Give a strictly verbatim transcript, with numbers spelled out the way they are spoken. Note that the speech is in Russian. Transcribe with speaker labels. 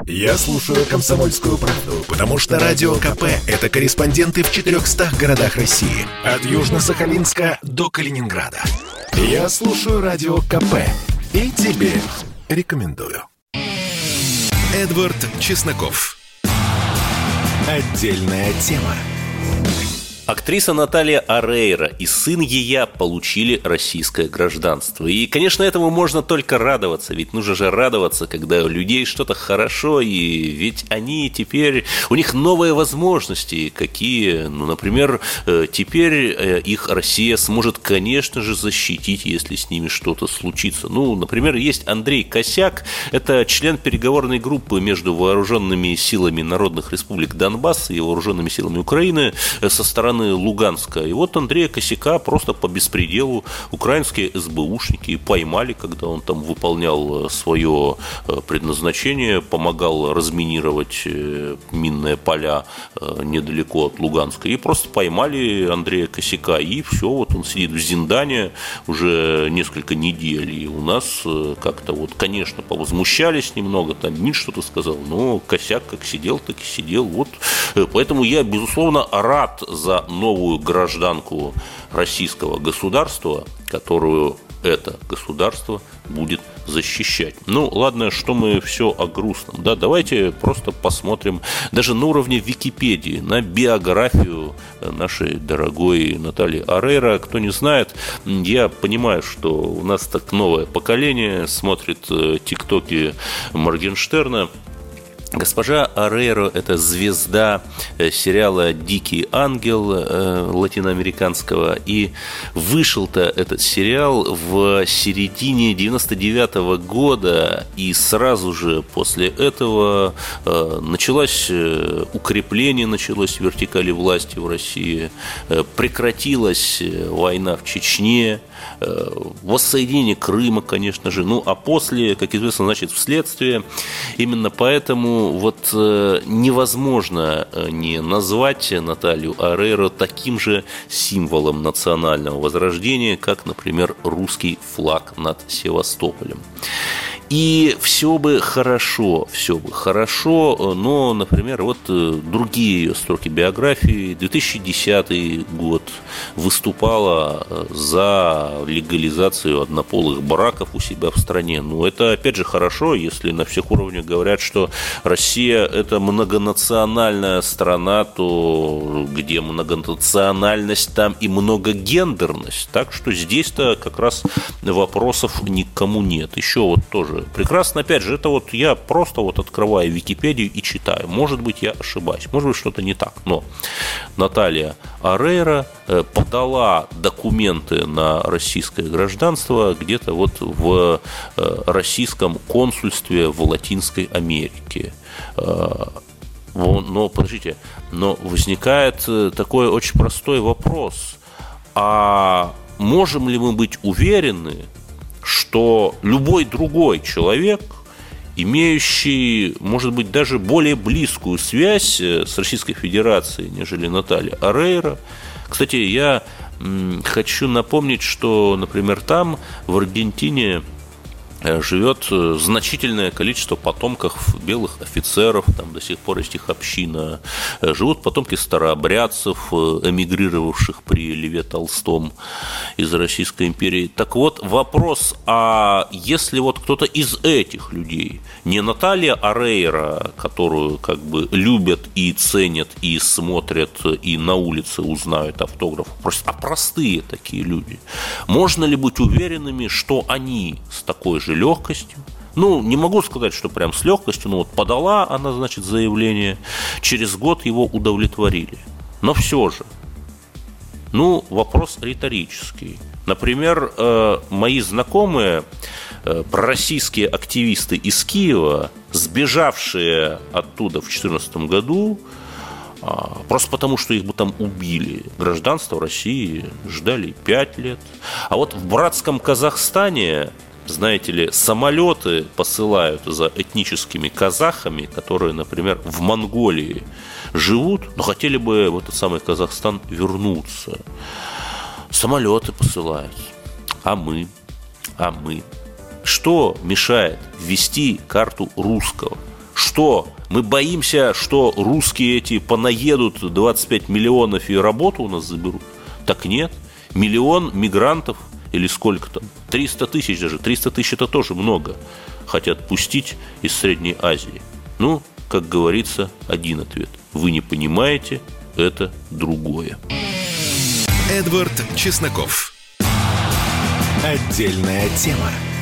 Speaker 1: Я слушаю «Комсомольскую правду», потому что Радио КП – это корреспонденты в четырехстах городах России. От Южно-Сахалинска до Калининграда. Я слушаю Радио КП и тебе рекомендую. Эдвард Чесноков. Отдельная тема.
Speaker 2: Актриса Наталья Орейро и сын ее получили российское гражданство. И, конечно, этому можно только радоваться. Ведь нужно же радоваться, когда у людей что-то хорошо. И ведь они теперь... У них новые возможности. Какие? Ну, например, теперь их Россия сможет, конечно же, защитить, если с ними что-то случится. Ну, например, есть Андрей Косяк. Это член переговорной группы между вооруженными силами народных республик Донбасса и вооруженными силами Украины со стороны Луганска. И вот Андрея Косяка просто по беспределу украинские эс бэ ушники поймали, когда он там выполнял свое предназначение, помогал разминировать минные поля недалеко от Луганска. И просто поймали Андрея Косяка, и все, вот он сидит в Зиндане уже несколько недель. И у нас как-то вот, конечно, повозмущались немного, там МИД что-то сказал, но Косяк как сидел, так и сидел. Вот. Поэтому я, безусловно, рад за новую гражданку российского государства, которую это государство будет защищать. Ну, ладно, что мы все о грустном. Да, давайте просто посмотрим даже на уровне Википедии, на биографию нашей дорогой Натальи Орейро. Кто не знает, я понимаю, что у нас так новое поколение смотрит тиктоки Моргенштерна. Госпожа Орейро – это звезда сериала «Дикий ангел» латиноамериканского. И вышел-то этот сериал в середине девяносто девятого года. И сразу же после этого началось укрепление, началось вертикали власти в России. Прекратилась война в Чечне. Воссоединение Крыма, конечно же. Ну, а после, как известно, значит, вследствие. Именно поэтому вот невозможно не назвать Наталью Орейро таким же символом национального возрождения, как, например, русский флаг над Севастополем. И все бы хорошо, все бы хорошо, но, например, вот другие ее строки биографии. две тысячи десятый год выступала за легализацию однополых браков у себя в стране. Ну, это, опять же, хорошо, если на всех уровнях говорят, что Россия – это многонациональная страна, то где многонациональность, там и многогендерность. Так что здесь-то как раз вопросов никому нет. Еще вот тоже прекрасно, опять же, это вот я просто вот открываю Википедию и читаю. Может быть, я ошибаюсь, может быть, что-то не так. Но Наталья Орейро подала документы на российское гражданство где-то вот в российском консульстве в Латинской Америке. Но, подождите, но возникает такой очень простой вопрос. А можем ли мы быть уверены, что любой другой человек, имеющий, может быть, даже более близкую связь с Российской Федерацией, нежели Наталья Орейро. Кстати, я хочу напомнить, что, например, там, в Аргентине, живет значительное количество потомков белых офицеров, там до сих пор есть их община, живут потомки старообрядцев, эмигрировавших при Льве Толстом из Российской империи. Так вот, вопрос, а если вот кто-то из этих людей, не Наталья Орейро, которую как бы любят и ценят, и смотрят, и на улице узнают автограф, а простые такие люди, можно ли быть уверенными, что они с такой же легкостью, ну, не могу сказать, что прям с легкостью, но вот подала она, значит, заявление, через год его удовлетворили. Но все же, ну, вопрос риторический. Например, мои знакомые, пророссийские активисты из Киева, сбежавшие оттуда в две тысячи четырнадцатом году, просто потому, что их бы там убили. Гражданство России ждали пять лет. А вот в братском Казахстане, знаете ли, самолеты посылают за этническими казахами, которые, например, в Монголии живут, но хотели бы в этот самый Казахстан вернуться. Самолеты посылают. А мы? А мы? Что мешает ввести карту русского? Что? Мы боимся, что русские эти понаедут двадцать пять миллионов и работу у нас заберут? Так нет. Миллион мигрантов, или сколько там, триста тысяч даже, триста тысяч это тоже много, хотят пустить из Средней Азии. Ну, как говорится, один ответ. Вы не понимаете, это другое.
Speaker 1: Эдвард Чесноков. Отдельная тема.